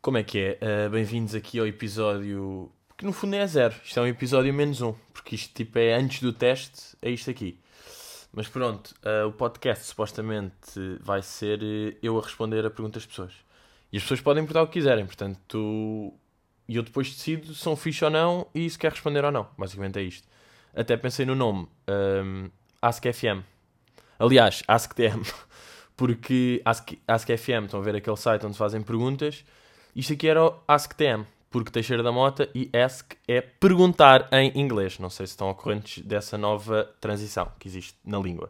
Como é que é? Bem-vindos aqui ao episódio que no fundo é zero. Isto é um episódio menos um, porque isto tipo é antes do teste, é isto aqui. Mas pronto, o podcast supostamente vai ser eu a responder a perguntas das pessoas. E as pessoas podem perguntar o que quiserem, portanto e eu depois decido se são fixe ou não e se quer responder ou não. Basicamente é isto. Até pensei no nome, AskFM. Aliás, AskTM, porque AskFM, estão a ver aquele site onde se fazem perguntas. Isto aqui era o AskTM, porque Teixeira da Mota e Ask é perguntar em inglês. Não sei se estão ao corrente dessa nova transição que existe na língua.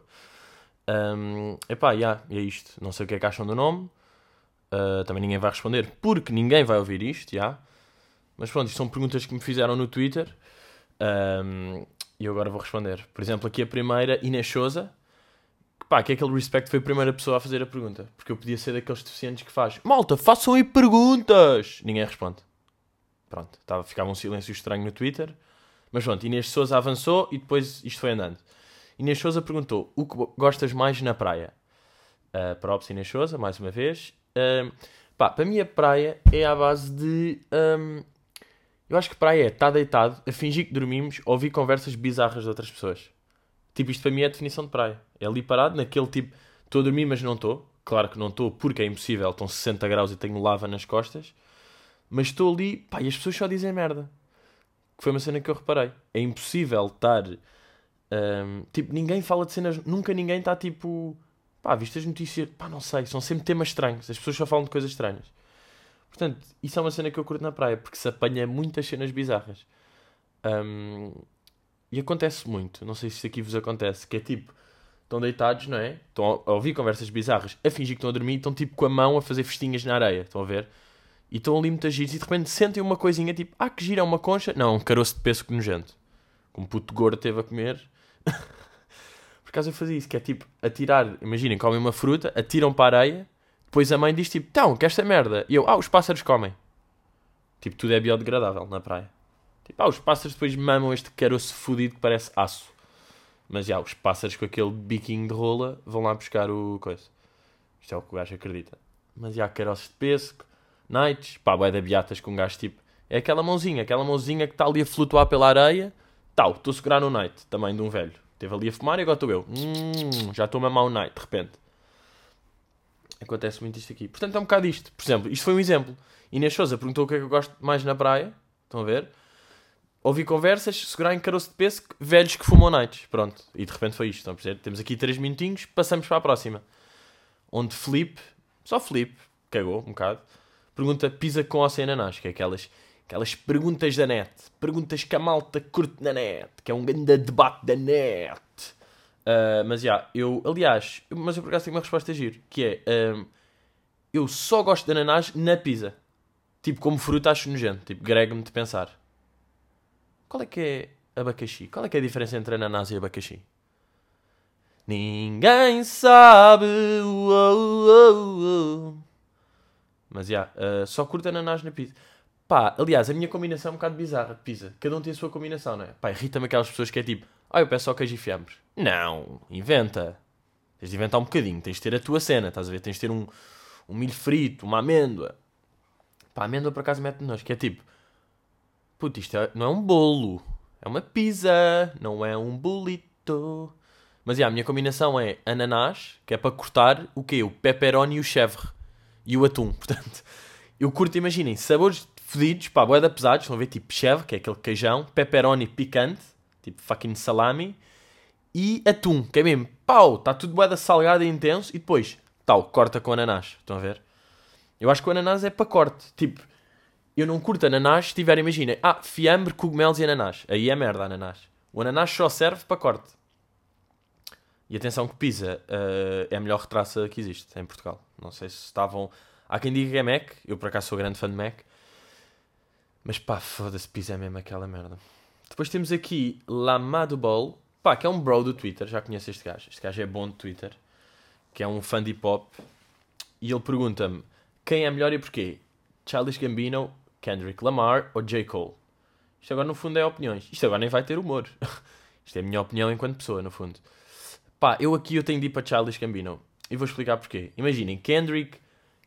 É isto. Não sei o que é que acham do nome. Também ninguém vai responder, porque ninguém vai ouvir isto, Mas pronto, isto são perguntas que me fizeram no Twitter. E eu agora vou responder. Por exemplo, aqui a primeira, Inês Souza. Que é aquele respect, foi a primeira pessoa a fazer a pergunta. Porque eu podia ser daqueles deficientes que faz malta, façam aí perguntas! Ninguém responde. Pronto, ficava um silêncio estranho no Twitter. Mas pronto, Inês Souza avançou e depois isto foi andando. Inês Souza perguntou, o que gostas mais na praia? Props Inês Souza, mais uma vez. Para mim a praia é à base de... eu acho que praia é estar deitado, a fingir que dormimos, ouvir conversas bizarras de outras pessoas. Tipo, isto para mim é a definição de praia. É ali parado, naquele tipo... Estou a dormir, mas não estou. Claro que não estou, porque é impossível. Estão 60 graus e tenho lava nas costas. Mas estou ali... e as pessoas só dizem merda. Que foi uma cena que eu reparei. É impossível estar... tipo, ninguém fala de cenas... Nunca ninguém está tipo... viste as notícias... não sei. São sempre temas estranhos. As pessoas só falam de coisas estranhas. Portanto, isso é uma cena que eu curto na praia. Porque se apanha muitas cenas bizarras. E acontece muito, não sei se isto aqui vos acontece, que é tipo, estão deitados, não é? Estão a ouvir conversas bizarras, a fingir que estão a dormir, estão tipo com a mão a fazer festinhas na areia, estão a ver? E estão ali muitas giros e de repente sentem uma coisinha tipo, que gira, é uma concha? Não, um caroço de pêssego nojento. Como um puto gordo teve a comer. Por acaso eu fazia isso, que é tipo, atirar, imaginem, comem uma fruta, atiram para a areia, depois a mãe diz tipo, então, que esta merda? E eu, os pássaros comem. Tipo, tudo é biodegradável na praia. Tipo, os pássaros depois mamam este caroço fodido que parece aço. Mas os pássaros com aquele biquinho de rola vão lá buscar o coisa. Isto é o que o gajo acredita. Mas caroços de pêssego, nights, bué de beatas com um gajo tipo... É aquela mãozinha que está ali a flutuar pela areia. Estou a segurar no night, também de um velho. Esteve ali a fumar e agora estou eu. Já estou a mamar o night, de repente. Acontece muito isto aqui. Portanto, é um bocado isto. Por exemplo, isto foi um exemplo. Inês Souza perguntou o que é que eu gosto mais na praia. Estão a ver? Ouvi conversas, segurar em caroço de pêssego, velhos que fumam nights. Pronto. E de repente foi isto. Estão a perceber? Temos aqui 3 minutinhos, passamos para a próxima. Onde Filipe, cagou um bocado, pergunta pizza com ou sem ananás, que é aquelas perguntas da net. Perguntas que a malta curte na net. Que é um grande debate da net. Mas eu por acaso tenho uma resposta a giro. Que é, eu só gosto de ananás na pizza. Tipo, como fruta acho nojento. Tipo, grego-me de pensar. Qual é que é abacaxi? Qual é que é a diferença entre ananás e abacaxi? Ninguém sabe. Mas só curto ananás na pizza. Aliás, a minha combinação é um bocado bizarra de pizza. Cada um tem a sua combinação, não é? Irrita-me aquelas pessoas que é tipo, eu peço só queijo e fiambres. Não, inventa. Tens de inventar um bocadinho. Tens de ter a tua cena, estás a ver? Tens de ter um milho frito, uma amêndoa. A amêndoa por acaso mete nojo, que é tipo, isto não é um bolo. É uma pizza. Não é um bolito. Mas a minha combinação é ananás, que é para cortar o quê? O pepperoni e o chèvre. E o atum. Portanto, eu curto, imaginem, sabores fedidos, bué de pesados. Estão a ver, tipo chèvre, que é aquele queijão. Pepperoni picante, tipo fucking salami. E atum, que é mesmo, está tudo bué de salgado e intenso. E depois, corta com ananás. Estão a ver? Eu acho que o ananás é para corte. Tipo, eu não curto ananás se tiver, imagina, fiambre, cogumelos e ananás. Aí é merda, ananás. O ananás só serve para corte. E atenção que pizza é a melhor retraça que existe em Portugal. Não sei se estavam... Há quem diga que é Mac. Eu, por acaso, sou grande fã de Mac. Mas foda-se, pizza é mesmo aquela merda. Depois temos aqui Lamado Ball. Que é um bro do Twitter. Já conheço este gajo. Este gajo é bom de Twitter. Que é um fã de hip-hop. E ele pergunta-me quem é melhor e porquê? Childish Gambino, Kendrick Lamar ou J. Cole? Isto agora no fundo é opiniões. Isto agora nem vai ter humor. Isto é a minha opinião enquanto pessoa, no fundo. Eu tenho de ir para Childish Gambino. E vou explicar porquê. Imaginem, Kendrick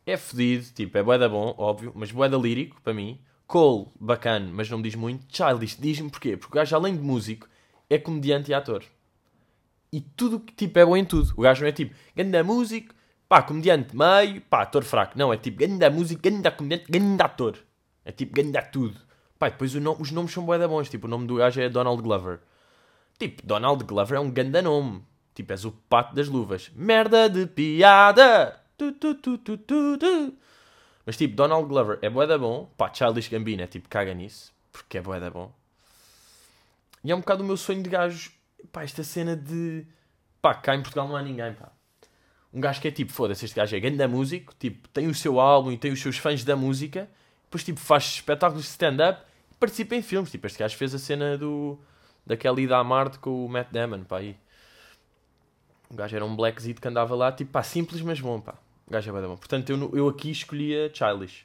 é fedido, tipo, é bué da bom, óbvio, mas bué da lírico, para mim. Cole, bacana, mas não me diz muito. Childish, diz-me porquê? Porque o gajo, além de músico, é comediante e ator. E tudo que, tipo, é bom em tudo. O gajo não é tipo, ganda músico, pá, comediante meio, pá, ator fraco. Não, é tipo, ganda músico, ganda comediante, ganda ator. É tipo, ganda tudo. Pá, depois os nomes são bué da bons. Tipo, o nome do gajo é Donald Glover. Tipo, Donald Glover é um ganda nome. Tipo, és o pato das luvas. Merda de piada! Tu, tu, tu, tu, tu, tu. Mas tipo, Donald Glover é bué da bom. Pá, Childish Gambino é tipo, caga nisso. Porque é bué da bom. E é um bocado o meu sonho de gajo. Pá, esta cena de... Pá, cá em Portugal não há ninguém, pá. Um gajo que é tipo, foda-se, este gajo é grande músico. Tipo, tem o seu álbum e tem os seus fãs da música. Depois tipo, faz espetáculos de stand-up. E participa em filmes. Tipo, este gajo fez a cena daquela ida à Marte com o Matt Damon, pá, aí. O gajo era um blackzito que andava lá, tipo, pá, simples mas bom, pá. O gajo é bem bom. Portanto, eu aqui escolhia Childish.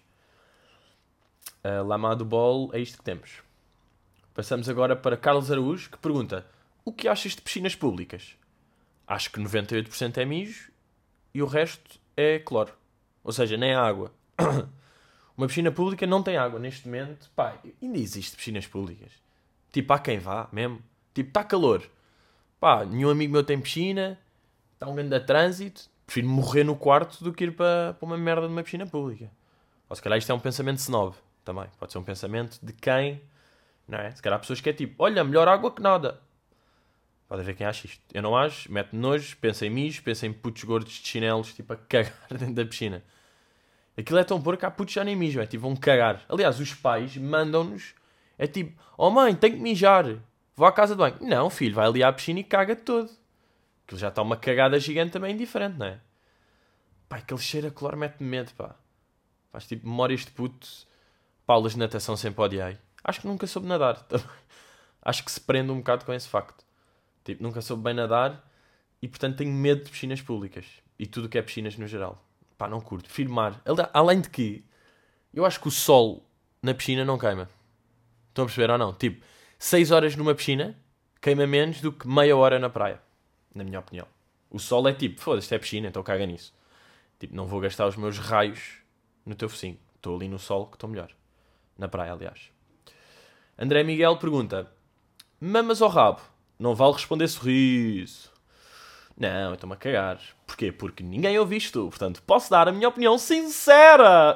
Lama do Ball, é isto que temos. Passamos agora para Carlos Araújo, que pergunta: o que achas de piscinas públicas? Acho que 98% é mijo e o resto é cloro. Ou seja, nem água. Uma piscina pública não tem água neste momento. Pá, ainda existe piscinas públicas. Tipo, há quem vá mesmo. Tipo, está calor. Pá, nenhum amigo meu tem piscina. Está um grande trânsito. Prefiro morrer no quarto do que ir para uma merda de uma piscina pública. Ou se calhar isto é um pensamento snob também. Pode ser um pensamento de quem... Não é? Se calhar há pessoas que é tipo, olha, melhor água que nada. Pode haver quem ache isto. Eu não acho, mete nojo, pensa em mijo, pensa em putos gordos de chinelos, tipo, a cagar dentro da piscina. Aquilo é tão porco que há putos já nem mijam, é tipo, vão cagar. Aliás, os pais mandam-nos, é tipo, oh mãe, tenho que mijar, vou à casa de banho. Não, filho, vai ali à piscina e caga todo. Aquilo já está uma cagada gigante também diferente, não é? Pá, aquele cheiro a cloro mete-me medo, pá. Faz tipo memórias de puto, pá, aulas de natação sempre odiei. Acho que nunca soube nadar também. Acho que se prende um bocado com esse facto. Tipo, nunca soube bem nadar e, portanto, tenho medo de piscinas públicas. E tudo o que é piscinas no geral. Pá, não curto. Prefiro mar. Além de que, eu acho que o sol na piscina não queima. Estão a perceber ou não? Tipo, 6 horas numa piscina queima menos do que meia hora na praia. Na minha opinião. O sol é tipo, foda-se, isto é piscina, então caga nisso. Tipo, não vou gastar os meus raios no teu focinho. Estou ali no sol que estou melhor. Na praia, aliás. André Miguel pergunta: mamas ao rabo? Não vale responder sorriso. Não, eu estou-me a cagar. Porquê? Porque ninguém ouviu isto. Portanto, posso dar a minha opinião sincera.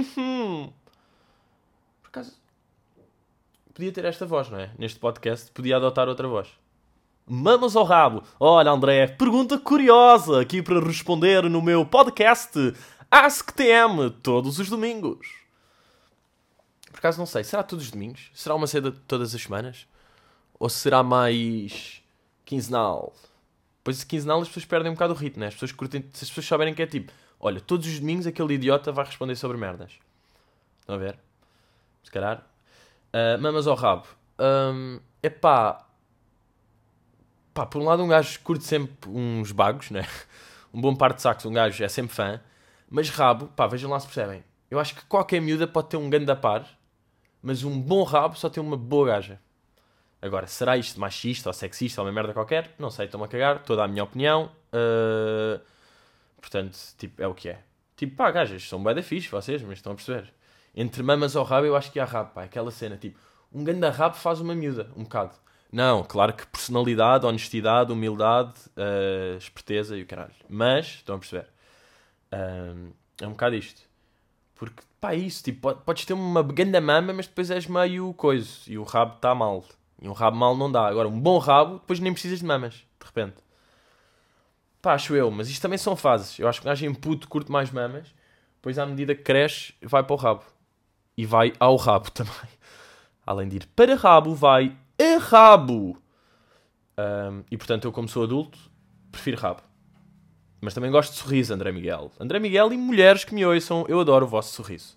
Por acaso, podia ter esta voz, não é? Neste podcast, podia adotar outra voz. Mamas ao rabo. Olha, André, pergunta curiosa aqui para responder no meu podcast AskTM, todos os domingos. Por acaso, não sei. Será todos os domingos? Será uma cedo todas as semanas? Ou será mais quinzenal? Pois quinzenal as pessoas perdem um bocado o ritmo, né? As pessoas curtem, se as pessoas souberem que é tipo, olha, todos os domingos aquele idiota vai responder sobre merdas. Estão a ver? Se calhar. Mamas ao rabo. Epá. Pá, por um lado um gajo curte sempre uns bagos, né? Um bom par de sacos, um gajo é sempre fã. Mas rabo, pá, vejam lá se percebem. Eu acho que qualquer miúda pode ter um ganda par, mas um bom rabo só tem uma boa gaja. Agora, será isto machista ou sexista ou uma merda qualquer? Não sei, estou-me a cagar, toda a minha opinião. Portanto, tipo, é o que é. Tipo, pá, gajas, são bué da fixe vocês, mas estão a perceber. Entre mamas ao rabo eu acho que há rabo, pá. Aquela cena, tipo, um ganda rabo faz uma miúda, um bocado. Não, claro que personalidade, honestidade, humildade, esperteza e o caralho. Mas, estão a perceber. É um bocado isto. Porque, pá, é isso, tipo, podes ter uma ganda mama, mas depois és meio coisa. E o rabo está mal. E um rabo mal não dá. Agora, um bom rabo, depois nem precisas de mamas, de repente. Pá, acho eu. Mas isto também são fases. Eu acho que um gajo em puto curte mais mamas. Depois, à medida que cresce, vai para o rabo. E vai ao rabo também. Além de ir para rabo, vai a rabo. E, portanto, eu como sou adulto, prefiro rabo. Mas também gosto de sorriso, André Miguel. André Miguel e mulheres que me ouçam, eu adoro o vosso sorriso.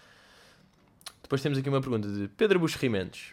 Depois temos aqui uma pergunta de Pedro Buxo Rimentos,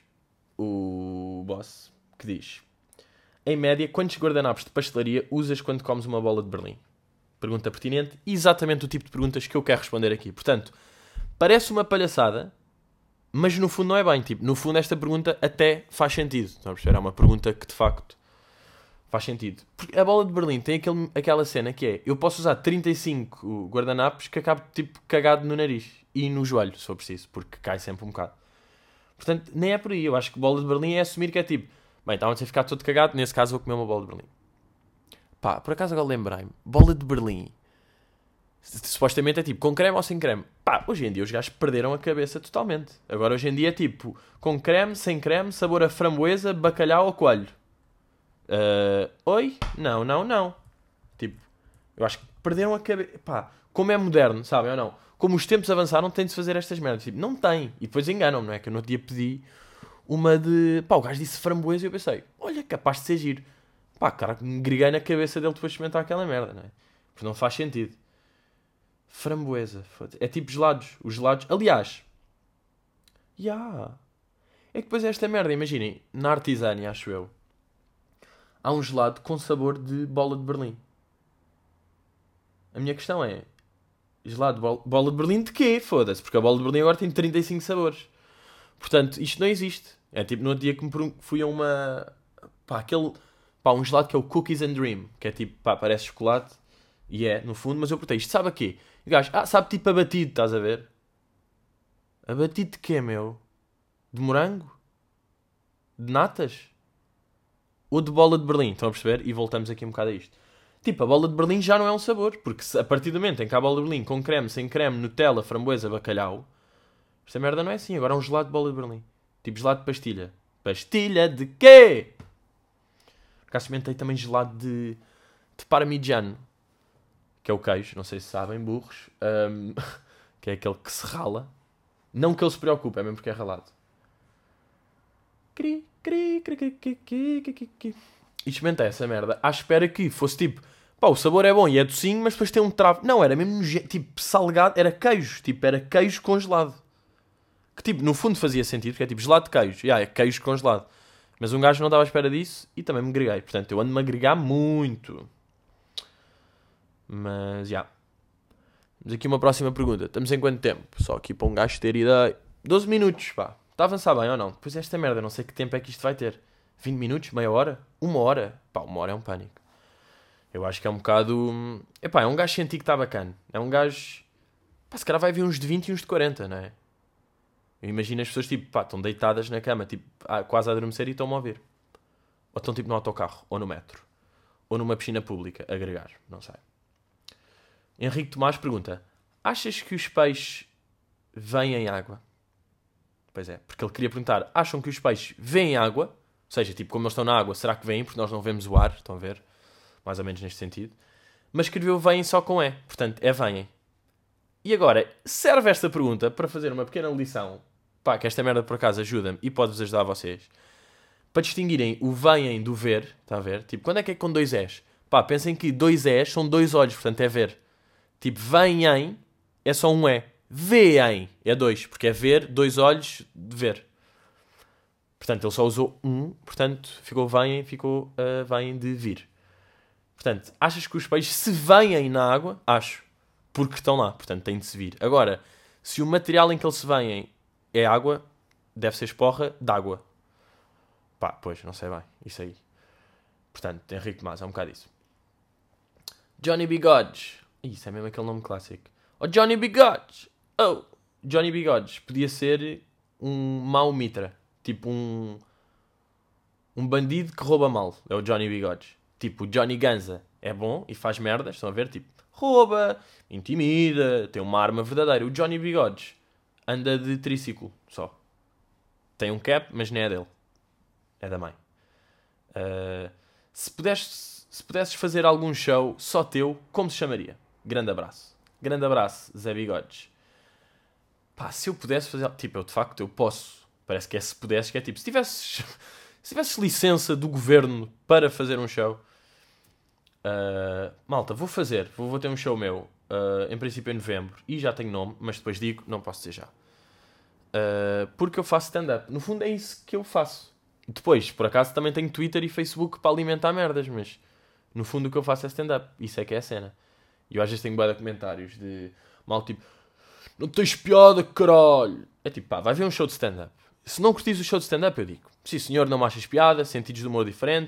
o boss, que diz: em média, quantos guardanapos de pastelaria usas quando comes uma bola de Berlim? Pergunta pertinente, exatamente o tipo de perguntas que eu quero responder aqui. Portanto, parece uma palhaçada, mas no fundo não é bem. Tipo, no fundo esta pergunta até faz sentido. Estão a perceber? É uma pergunta que de facto Faz sentido. Porque a bola de Berlim tem aquela cena que é, eu posso usar 35 guardanapos que acabo tipo cagado no nariz e no joelho, se for preciso, porque cai sempre um bocado. Portanto, nem é por aí. Eu acho que bola de Berlim é assumir que é tipo, bem, estava a ficar todo cagado, nesse caso vou comer uma bola de Berlim. Pá, por acaso agora lembrei-me, bola de Berlim, supostamente é tipo, com creme ou sem creme? Pá, hoje em dia os gajos perderam a cabeça totalmente. Agora hoje em dia é tipo, com creme, sem creme, sabor a framboesa, bacalhau ou coelho. Oi? Não, não, não. Tipo, eu acho que perderam a cabeça. Pá, como é moderno, sabem ou não? Como os tempos avançaram, tem de se fazer estas merdas. Tipo, não tem. E depois enganam-me, não é? Que eu no outro dia pedi uma de. Pá, o gajo disse framboesa e eu pensei, olha, capaz de ser giro. Pá, cara, me greguei na cabeça dele depois de experimentar aquela merda, não é? Porque não faz sentido. Framboesa. É tipo gelados. Os gelados. Aliás. É que depois é esta merda, imaginem. Na Artisânia, acho eu. Há um gelado com sabor de bola de Berlim. A minha questão é. Gelado de bola de Berlim de quê? Foda-se. Porque a bola de Berlim agora tem 35 sabores. Portanto, isto não existe. É tipo no outro dia que fui a uma. Pá, aquele. Pá, um gelado que é o Cookies and Dream. Que é tipo, pá, parece chocolate. E é, no fundo, mas eu perguntei, isto sabe a quê? E o gajo, sabe tipo abatido, estás a ver? Abatido de quê, meu? De morango? De natas? Ou de bola de Berlim? Estão a perceber? E voltamos aqui um bocado a isto. Tipo, a bola de Berlim já não é um sabor. Porque a partir do momento em que há a bola de Berlim com creme, sem creme, Nutella, framboesa, bacalhau, esta merda não é assim. Agora é um gelado de bola de Berlim. Tipo gelado de pastilha. Pastilha de quê? Por acaso experimentei também gelado de parmigiano. Que é o queijo, não sei se sabem, burros. Que é aquele que se rala. Não que ele se preocupe, é mesmo porque é ralado. Cri, cri, cri, cri, cri, cri, cri, cri, cri. E experimentei essa merda à espera que fosse tipo, pá, o sabor é bom e é docinho, mas depois tem um travo. Não, era mesmo tipo salgado, era queijo, tipo, era queijo congelado. Que tipo, no fundo fazia sentido, porque é tipo gelado de queijo. É queijo congelado. Mas um gajo não estava à espera disso e também me greguei. Portanto, eu ando-me a gregar muito. Mas, já. Mas aqui uma próxima pergunta. Estamos em quanto tempo? Só aqui para um gajo ter ideia. 12 minutos, pá. Está a avançar bem ou não? Depois esta merda, não sei que tempo é que isto vai ter. 20 minutos? Meia hora? Uma hora? Pá, uma hora é um pânico. Eu acho que é um bocado... Epá, é um gajo senti que está bacana. É um gajo... Pá, se calhar vai vir uns de 20 e uns de 40, não é? Eu imagino as pessoas, tipo, pá, estão deitadas na cama, tipo, quase a adormecer e estão-me a ouvir. Ou estão, tipo, no autocarro, ou no metro. Ou numa piscina pública, a gregar, não sei. Henrique Tomás pergunta: achas que os peixes veem em água? Pois é, porque ele queria perguntar: acham que os peixes veem água? Ou seja, tipo, como eles estão na água, será que veem? Porque nós não vemos o ar, estão a ver? Mais ou menos neste sentido. Mas escreveu veem só com E, portanto, é veem. E agora, serve esta pergunta para fazer uma pequena lição. Pá, que esta merda por acaso ajuda-me e pode-vos ajudar a vocês. Para distinguirem o veem do ver, está a ver? Tipo, quando é que é com dois Es? Pá, pensem que dois Es são dois olhos, portanto é ver. Tipo, veem é só um E. Veem é dois, porque é ver, dois olhos de ver. Portanto, ele só usou um, portanto, ficou veem, ficou veem de vir. Portanto, achas que os peixes se veem na água? Acho. Porque estão lá, portanto, têm de se vir. Agora, se o material em que eles se veem é água, deve ser esporra d'água. Pá, pois, não sei bem. Isso aí. Portanto, Henrique Tomás, é um bocado isso. Johnny Bigodes. Isso é mesmo aquele nome clássico. Oh, Johnny Bigodes. Oh, Johnny Bigodes. Podia ser um mau mitra. Tipo um bandido que rouba mal. É o Johnny Bigodes. Tipo, o Johnny Ganza é bom e faz merdas. Estão a ver? Tipo, rouba, intimida, tem uma arma verdadeira. O Johnny Bigodes anda de triciclo só. Tem um cap, mas não é dele. É da mãe. Se pudesses fazer algum show só teu, como se chamaria? Grande abraço. Grande abraço, Zé Bigodes. Pá, se eu pudesse fazer... Tipo, eu de facto, eu posso. Parece que é se pudesses, que é tipo... Se tivesses licença do governo para fazer um show... malta, vou ter um show meu, em princípio em novembro, e já tenho nome, mas depois digo, não posso dizer já. Porque eu faço stand-up. No fundo é isso que eu faço. Depois, por acaso, também tenho Twitter e Facebook para alimentar merdas, mas no fundo o que eu faço é stand-up. Isso é que é a cena. E eu às vezes tenho bué de comentários de mal tipo, não tens piada, caralho. É tipo, pá, vai ver um show de stand-up. Se não curtis o show de stand-up, eu digo, sim senhor, não me achas piada, sentidos de humor diferentes,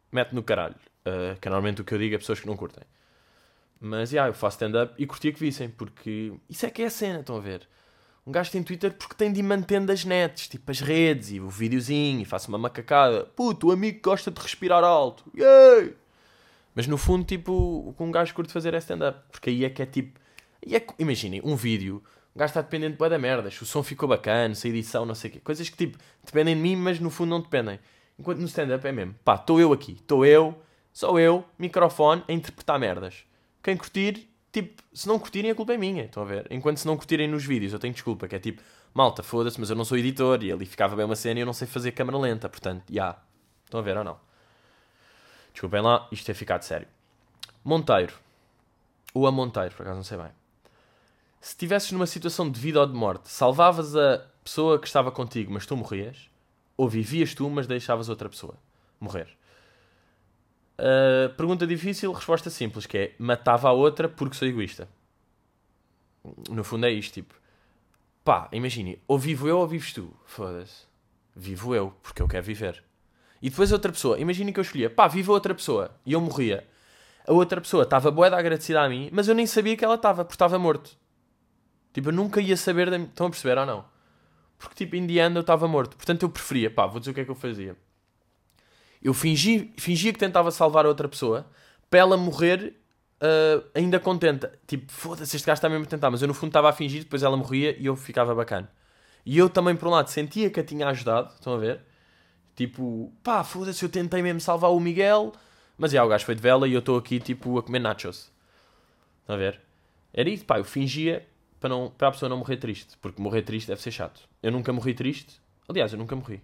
mete no caralho. Que é normalmente o que eu digo a pessoas que não curtem. Mas, eu faço stand-up e curtia que vissem, porque isso é que é a cena, estão a ver? Um gajo tem Twitter porque tem de ir mantendo as nets, tipo as redes e o videozinho, e faço uma macacada. Puto, o amigo gosta de respirar alto. Yay! Mas no fundo, tipo, o que um gajo curte fazer é stand-up. Porque aí é que é tipo... Imaginem, um vídeo, o gajo está dependente de bué da merda. Se o som ficou bacana, se a edição, não sei o quê. Coisas que, tipo, dependem de mim, mas no fundo não dependem. Enquanto no stand-up é mesmo. Pá, estou eu aqui. Sou eu, microfone, a interpretar merdas. Quem curtir, tipo, se não curtirem, a culpa é minha. Estão a ver? Enquanto se não curtirem nos vídeos, eu tenho desculpa. Que é tipo, malta, foda-se, mas eu não sou editor. E ali ficava bem uma cena e eu não sei fazer câmera lenta. Portanto, Estão a ver ou não? Desculpem lá, isto é ficar de sério. Monteiro. Ou a Monteiro, por acaso não sei bem. Se estivesses numa situação de vida ou de morte, salvavas a pessoa que estava contigo, mas tu morrias? Ou vivias tu, mas deixavas outra pessoa morrer? Pergunta difícil, resposta simples, que é matava a outra porque sou egoísta. No fundo é isto, tipo... Pá, imagine, ou vivo eu ou vives tu. Foda-se. Vivo eu, porque eu quero viver. E depois outra pessoa, imagine que eu escolhia, pá, viva outra pessoa, e eu morria. A outra pessoa estava bué de agradecida a mim, mas eu nem sabia que ela estava, porque estava morto. Tipo, eu nunca ia saber da... Estão a perceber ou não? Porque, tipo, em the end eu estava morto. Portanto, eu preferia, pá, vou dizer o que é que eu fazia. Eu fingia que tentava salvar a outra pessoa, para ela morrer ainda contente. Tipo, foda-se, este gajo está mesmo a tentar, mas eu no fundo estava a fingir, depois ela morria e eu ficava bacana. E eu também, por um lado, sentia que a tinha ajudado, estão a ver? Tipo, pá, foda-se, eu tentei mesmo salvar o Miguel, mas o gajo foi de vela e eu estou aqui, tipo, a comer nachos. Estão a ver? Era isso, pá, eu fingia para a pessoa não morrer triste, porque morrer triste deve ser chato. Eu nunca morri triste, aliás, eu nunca morri.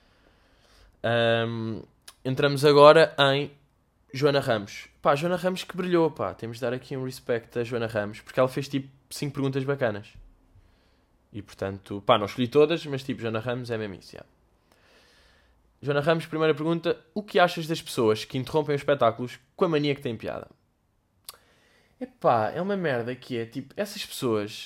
Entramos agora em Joana Ramos. Pá, Joana Ramos que brilhou, pá, temos de dar aqui um respect a Joana Ramos, porque ela fez, tipo, 5 perguntas bacanas. E, portanto, pá, não escolhi todas, mas, tipo, Joana Ramos é mesmo isso, Joana Ramos, primeira pergunta. O que achas das pessoas que interrompem os espetáculos com a mania que têm piada? Epá, é uma merda que é, tipo, essas pessoas...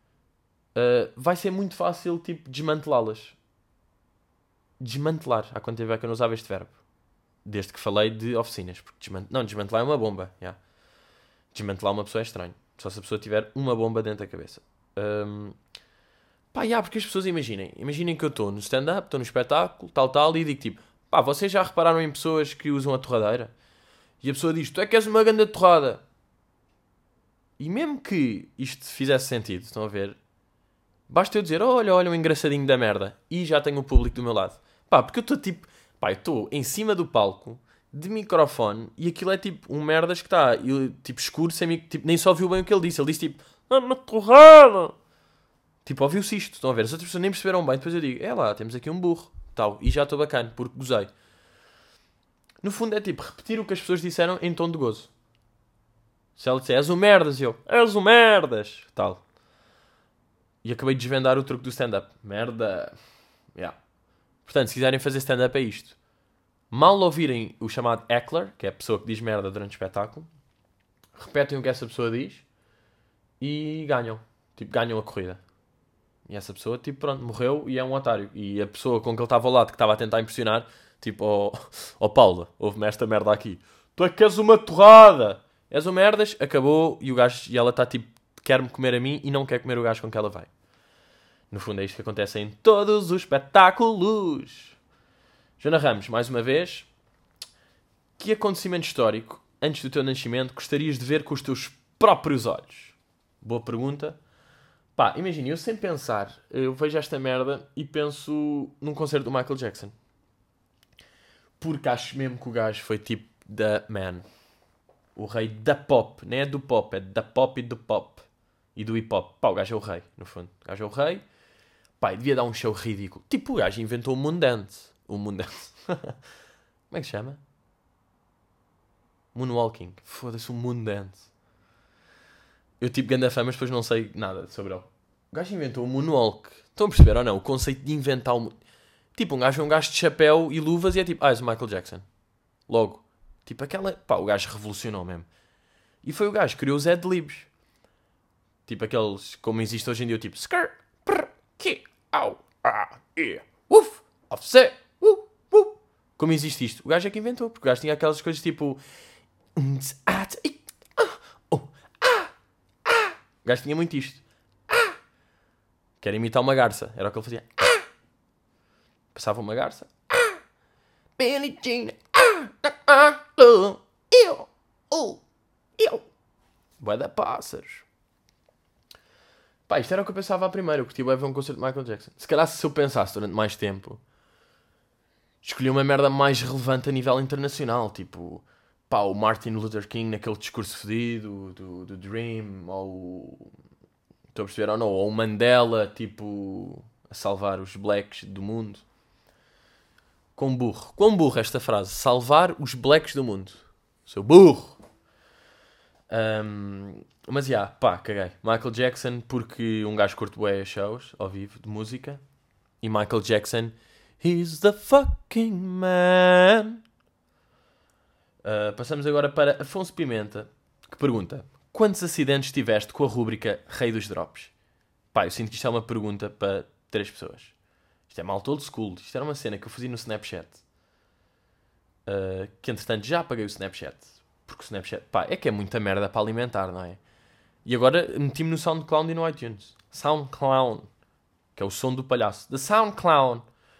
vai ser muito fácil, tipo, desmantelá-las. Desmantelar. Há quanto tempo é que eu não usava este verbo? Desde que falei de oficinas. Porque não, desmantelar é uma bomba. Desmantelar uma pessoa é estranho. Só se a pessoa tiver uma bomba dentro da cabeça. Pá, porque as pessoas imaginem que eu estou no stand-up, estou no espetáculo, tal, e digo tipo, pá, vocês já repararam em pessoas que usam a torradeira? E a pessoa diz, tu é que és uma grande torrada. E mesmo que isto fizesse sentido, estão a ver? Basta eu dizer, olha, um engraçadinho da merda. E já tenho o público do meu lado. Pá, porque eu estou tipo, pá, eu estou em cima do palco, de microfone, e aquilo é tipo um merdas que está, tipo, escuro, tipo, nem só ouviu bem o que ele disse. Ele disse tipo, uma torrada. Tipo, ouviu-se isto, estão a ver? As outras pessoas nem perceberam bem. Depois eu digo, é lá, temos aqui um burro, tal. E já estou bacana, porque gozei. No fundo é tipo, repetir o que as pessoas disseram em tom de gozo. Se ela disser, és o merdas, és o merdas, tal. E acabei de desvendar o truque do stand-up. Merda. Portanto, se quiserem fazer stand-up é isto. Mal ouvirem o chamado heckler, que é a pessoa que diz merda durante o espetáculo, repetem o que essa pessoa diz e ganham. Tipo, ganham a corrida. E essa pessoa, tipo, pronto, morreu e é um otário. E a pessoa com que ele estava ao lado, que estava a tentar impressionar, tipo, Paula, ouve-me esta merda aqui. Tu é que és uma torrada! És um merdas, acabou, e o gajo, e ela está tipo, quer-me comer a mim e não quer comer o gajo com que ela vai. No fundo é isto que acontece em todos os espetáculos. Joana Ramos, mais uma vez, que acontecimento histórico, antes do teu nascimento, gostarias de ver com os teus próprios olhos? Boa pergunta. Pá, imagina, eu sem pensar, eu vejo esta merda e penso num concerto do Michael Jackson. Porque acho mesmo que o gajo foi tipo the man. O rei da pop. Nem é do pop, é da pop e do pop. E do hip hop. Pá, o gajo é o rei, no fundo. O gajo é o rei. Pá, devia dar um show ridículo. Tipo, o gajo inventou o Moondance. O Moondance. Como é que se chama? Moonwalking. Foda-se, o Moondance. Eu tipo ganda fã, mas depois não sei nada sobre ele. O gajo inventou o Moonwalk. Estão a perceber ou não? O conceito de inventar o... Tipo, um gajo é um gajo de chapéu e luvas e é tipo, és o Michael Jackson. Logo. Tipo, aquela... Pá, o gajo revolucionou mesmo. E foi o gajo que criou os ad-libs. Tipo, aqueles... Como existe hoje em dia, tipo... Skr, prr, ki, au, a, e, uf, offset, Como existe isto? O gajo é que inventou, porque o gajo tinha aquelas coisas tipo... O gajo tinha muito isto. Que era imitar uma garça. Era o que ele fazia. Passava uma garça. Billie Jean. Bué da pássaros. Pá, isto era o que eu pensava à primeira. Eu curti bué ver um concerto de Michael Jackson. Se calhar se eu pensasse durante mais tempo, escolhi uma merda mais relevante a nível internacional. Tipo, pá, o Martin Luther King naquele discurso fedido do Dream. Ou... Estou a perceber ou não? Ou o Mandela, tipo, a salvar os blacks do mundo. Quão burro. Quão burro esta frase. Salvar os blacks do mundo. Sou burro. Mas já, pá, caguei. Michael Jackson, porque um gajo curte bué shows ao vivo de música. E Michael Jackson, he's the fucking man. Passamos agora para Afonso Pimenta, que pergunta: quantos acidentes tiveste com a rúbrica Rei dos Drops? Pá, eu sinto que isto é uma pergunta para 3 pessoas. Isto é malta old school. Isto era uma cena que eu fazia no Snapchat. Que entretanto já apaguei o Snapchat. Porque o Snapchat, pá, é que é muita merda para alimentar, não é? E agora meti-me no SoundCloud e no iTunes. SoundCloud, que é o som do palhaço. The SoundCloud.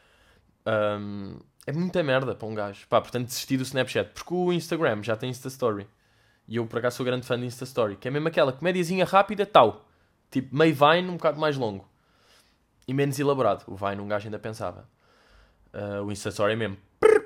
É muita merda para um gajo. Pá, portanto desisti do Snapchat. Porque o Instagram já tem Insta Story. E eu por acaso sou grande fã de Insta Story. Que é mesmo aquela comédiazinha rápida, tal. Tipo, meio Vine, um bocado mais longo. E menos elaborado. O Vine um gajo ainda pensava. O Insta Story é mesmo.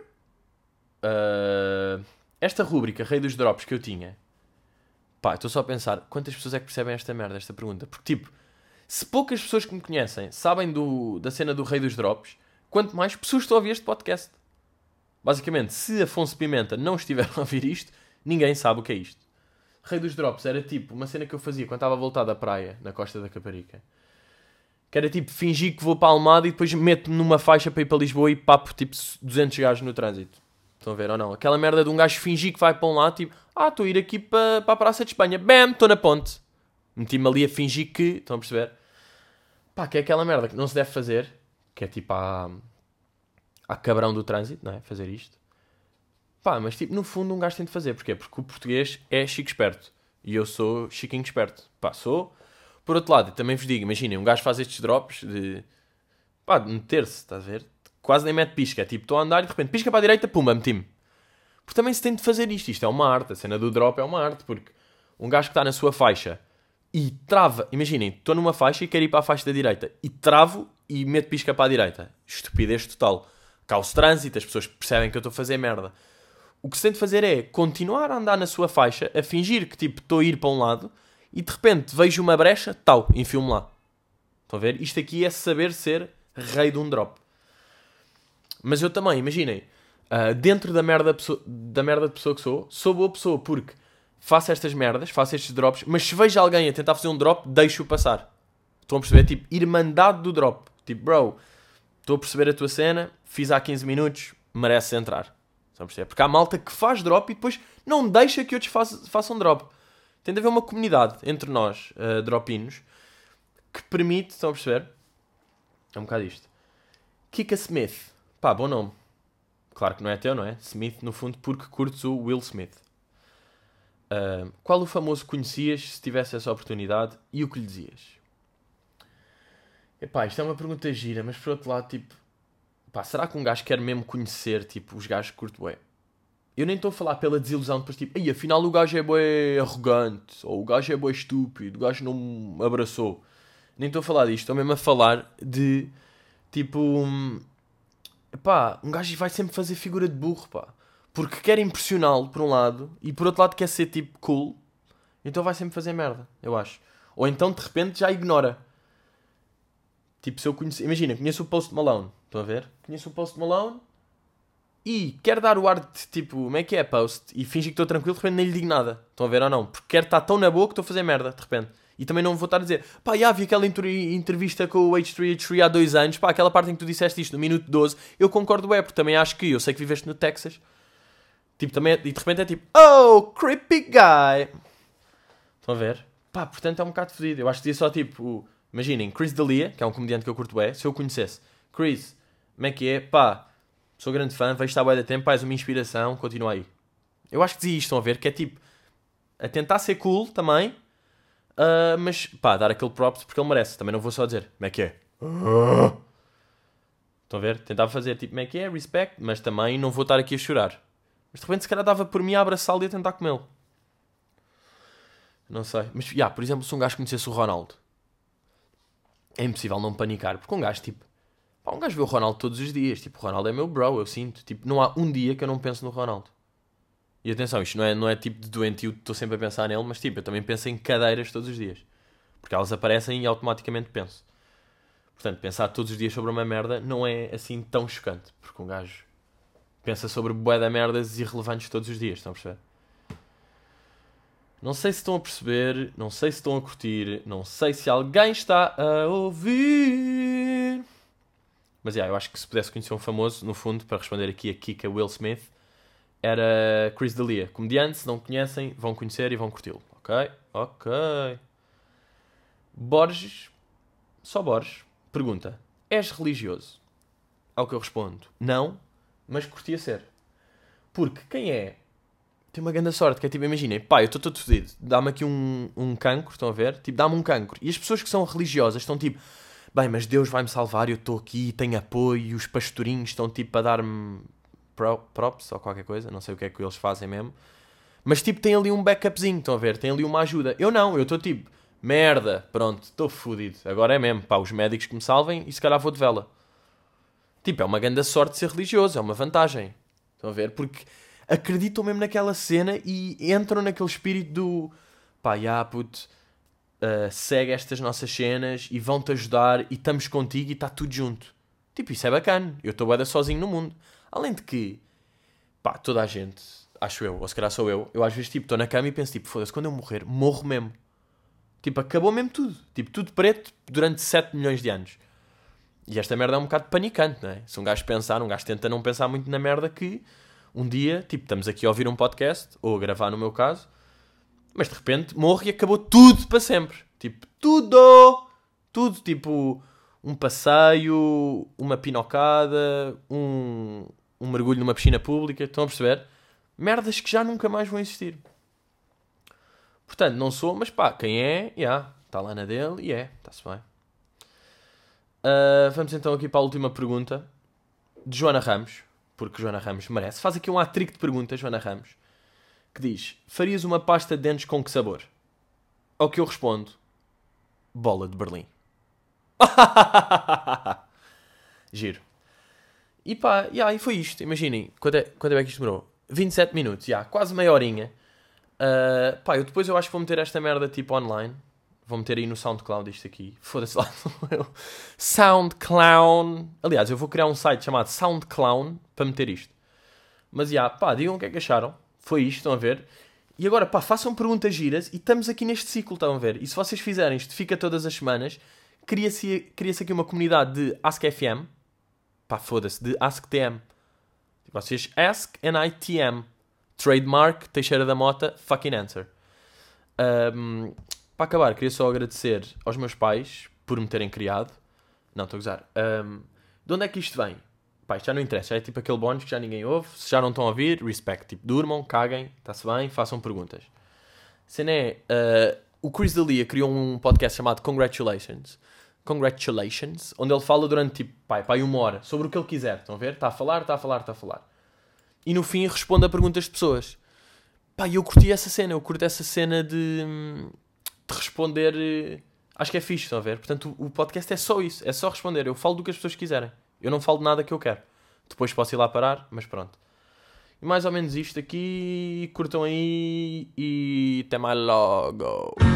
Esta rúbrica, Rei dos Drops, que eu tinha. Pá, estou só a pensar, quantas pessoas é que percebem esta merda, esta pergunta? Porque, tipo, se poucas pessoas que me conhecem sabem da cena do Rei dos Drops, quanto mais pessoas estão a ouvir este podcast. Basicamente, se Afonso Pimenta não estiver a ouvir isto, ninguém sabe o que é isto. Rei dos Drops era tipo uma cena que eu fazia quando estava a voltar da praia, na Costa da Caparica. Que era tipo, fingir que vou para a Almada e depois meto-me numa faixa para ir para Lisboa e papo tipo 200 gajos no trânsito. Estão a ver ou não? Aquela merda de um gajo fingir que vai para um lado, tipo, estou a ir aqui para a Praça de Espanha. Bam, estou na ponte. Meti-me ali a fingir que, estão a perceber? Pá, que é aquela merda que não se deve fazer, que é tipo a cabrão do trânsito, não é? Fazer isto. Pá, mas tipo, no fundo um gajo tem de fazer. Porquê? Porque o português é chique esperto. E eu sou chiquinho esperto. Pá, sou. Por outro lado, também vos digo, imaginem, um gajo faz estes drops de meter-se, estás a ver? Quase nem mete pisca. É tipo, estou a andar e de repente pisca para a direita, pumba, meti-me. Porque também se tem de fazer isto. Isto é uma arte. A cena do drop é uma arte. Porque um gajo que está na sua faixa e trava... Imaginem, estou numa faixa e quero ir para a faixa da direita. E travo e meto pisca para a direita. Estupidez total. Causa trânsito, as pessoas percebem que eu estou a fazer merda. O que se tem de fazer é continuar a andar na sua faixa, a fingir que tipo estou a ir para um lado e de repente vejo uma brecha, tal, enfio-me lá. Estão a ver? Isto aqui é saber ser rei de um drop. Mas eu também, imaginem, dentro da merda de pessoa que sou boa pessoa porque faço estas merdas, faço estes drops, mas se vejo alguém a tentar fazer um drop, deixo-o passar. Estão a perceber? Tipo, irmandade do drop. Tipo, bro, estou a perceber a tua cena, fiz há 15 minutos, mereces entrar. Estão a perceber? Porque há malta que faz drop e depois não deixa que outros façam drop. Tem de haver uma comunidade entre nós, dropinos, que permite, estão a perceber? É um bocado isto. Kika Smith. Pá, bom nome. Claro que não é teu, não é? Smith, no fundo, porque curtes o Will Smith. Qual o famoso conhecias se tivesse essa oportunidade e o que lhe dizias? Epá, isto é uma pergunta gira, mas por outro lado, tipo... Pá, será que um gajo quer mesmo conhecer, tipo, os gajos que curto bué? Eu nem estou a falar pela desilusão, depois tipo... Ei, afinal o gajo é bué arrogante, ou o gajo é bué estúpido, o gajo não me abraçou. Nem estou a falar disto, estou mesmo a falar de... Tipo... Pá, um gajo vai sempre fazer figura de burro, pá. Porque quer impressioná-lo, por um lado, e por outro lado quer ser, tipo, cool. Então vai sempre fazer merda, eu acho. Ou então, de repente, já ignora. Tipo, se eu conhecer... Imagina, conheço o Post Malone. Estão a ver? Conheço o Post Malone e quero dar o ar de, tipo, como é que é, Post? E finge que estou tranquilo, de repente nem lhe digo nada. Estão a ver ou não? Porque quero estar tão na boa que estou a fazer merda, de repente. E também não vou estar a dizer, pá, já vi aquela entrevista com o H3H3 há 2 anos, pá, aquela parte em que tu disseste isto no minuto 12, eu concordo, porque também acho que, eu sei que viveste no Texas, tipo, também, e de repente é tipo, oh, creepy guy. Estão a ver? Pá, portanto é um bocado fodido. Eu acho que dizia só, tipo, imaginem, Chris D'Elia, que é um comediante que eu curto se eu conhecesse, Chris, como é que é, pá, Sou grande fã, vejo-te há bué de tempo, pá, és uma inspiração, continua aí. Eu acho que dizia isto, estão a ver, que é tipo, a tentar ser cool também, mas pá, dar aquele props porque ele merece. Também não vou só dizer, como é que é? Estão a ver? Tentava fazer tipo, como é que é? Respect, mas também não vou estar aqui a chorar. Mas de repente se calhar dava por mim a abraçá-lo e a tentar comê-lo. Não sei. Mas, por exemplo, se um gajo conhecesse o Ronaldo, é impossível não panicar. Porque um gajo, tipo, pá, um gajo vê o Ronaldo todos os dias. Tipo, o Ronaldo é meu bro, eu sinto. Tipo, não há um dia que eu não penso no Ronaldo. E atenção, isto não é tipo de doentio, estou sempre a pensar nele, mas tipo, eu também penso em cadeiras todos os dias. Porque elas aparecem e automaticamente penso. Portanto, pensar todos os dias sobre uma merda não é assim tão chocante. Porque um gajo pensa sobre bué de merdas irrelevantes todos os dias, estão a perceber? Não sei se estão a perceber, não sei se estão a curtir, não sei se alguém está a ouvir. Mas eu acho que se pudesse conhecer um famoso, no fundo, para responder aqui a Kika Will Smith, era Chris D'Elia. Comediante, se não conhecem, vão conhecer e vão curti-lo. Ok? Ok. Borges, só Borges, pergunta: és religioso? Ao que eu respondo: não, mas curtia ser. Porque quem é tem uma grande sorte, que é tipo, imaginem, pá, eu estou todo fodido, dá-me aqui um cancro, estão a ver? Tipo, dá-me um cancro. E as pessoas que são religiosas estão tipo, bem, mas Deus vai-me salvar, eu estou aqui, tenho apoio, e os pastorinhos estão tipo a dar-me props ou qualquer coisa, não sei o que é que eles fazem mesmo. Mas tipo, tem ali um backupzinho, estão a ver? Tem ali uma ajuda. Eu não, eu estou tipo, merda, pronto, estou fodido. Agora é mesmo, pá, os médicos que me salvem e se calhar vou de vela. Tipo, é uma grande sorte de ser religioso, é uma vantagem. Estão a ver? Porque acreditam mesmo naquela cena e entram naquele espírito do pá, puto, segue estas nossas cenas e vão-te ajudar e estamos contigo e está tudo junto. Tipo, isso é bacana. Eu estou bué sozinho no mundo. Além de que, pá, toda a gente, acho eu, ou se calhar sou eu às vezes tipo, estou na cama e penso tipo, foda-se, quando eu morrer, morro mesmo. Tipo, acabou mesmo tudo. Tipo, tudo preto durante 7 milhões de anos. E esta merda é um bocado panicante, não é? Se um gajo pensar, um gajo tenta não pensar muito na merda que um dia, tipo, estamos aqui a ouvir um podcast, ou a gravar no meu caso, mas de repente morro e acabou tudo para sempre. Tipo, tudo! Tudo, tipo, um passeio, uma pinocada, um mergulho numa piscina pública, estão a perceber? Merdas que já nunca mais vão existir. Portanto, não sou, mas pá, quem é, está lá na dele e está-se bem. Vamos então aqui para a última pergunta de Joana Ramos, porque Joana Ramos merece. Faz aqui um hat-trick de perguntas, Joana Ramos, que diz: farias uma pasta de dentes com que sabor? Ao que eu respondo: bola de Berlim. Giro. E pá, e foi isto. Imaginem, quanto é que isto demorou? 27 minutos, quase meia horinha. Pá, depois eu acho que vou meter esta merda tipo online. Vou meter aí no SoundCloud isto aqui. Foda-se lá. SoundCloud. Aliás, eu vou criar um site chamado SoundCloud para meter isto. Mas pá, digam o que é que acharam. Foi isto, estão a ver? E agora, pá, façam perguntas giras e estamos aqui neste ciclo, estão a ver? E se vocês fizerem isto, fica todas as semanas. Cria-se aqui uma comunidade de AskFM. Pá, foda-se, de AskTM. Vocês Ask and ITM. Trademark, Teixeira da Mota, fucking answer. Para acabar, queria só agradecer aos meus pais por me terem criado. Não, estou a gozar. De onde é que isto vem? Pá, isto já não interessa. Já é tipo aquele bónus que já ninguém ouve. Se já não estão a ouvir, respect. Tipo, durmam, caguem, está-se bem, façam perguntas. Cena é... o Chris D'Elia criou um podcast chamado Congratulations, onde ele fala durante, tipo, pá, uma hora, sobre o que ele quiser. Estão a ver? Está a falar. E no fim responde a perguntas de pessoas. Pá, eu curti essa cena. Eu curto essa cena de responder. Acho que é fixe, estão a ver? Portanto, o podcast é só isso. É só responder. Eu falo do que as pessoas quiserem. Eu não falo de nada que eu quero. Depois posso ir lá parar, mas pronto. E mais ou menos isto aqui. Curtam aí e até mais logo.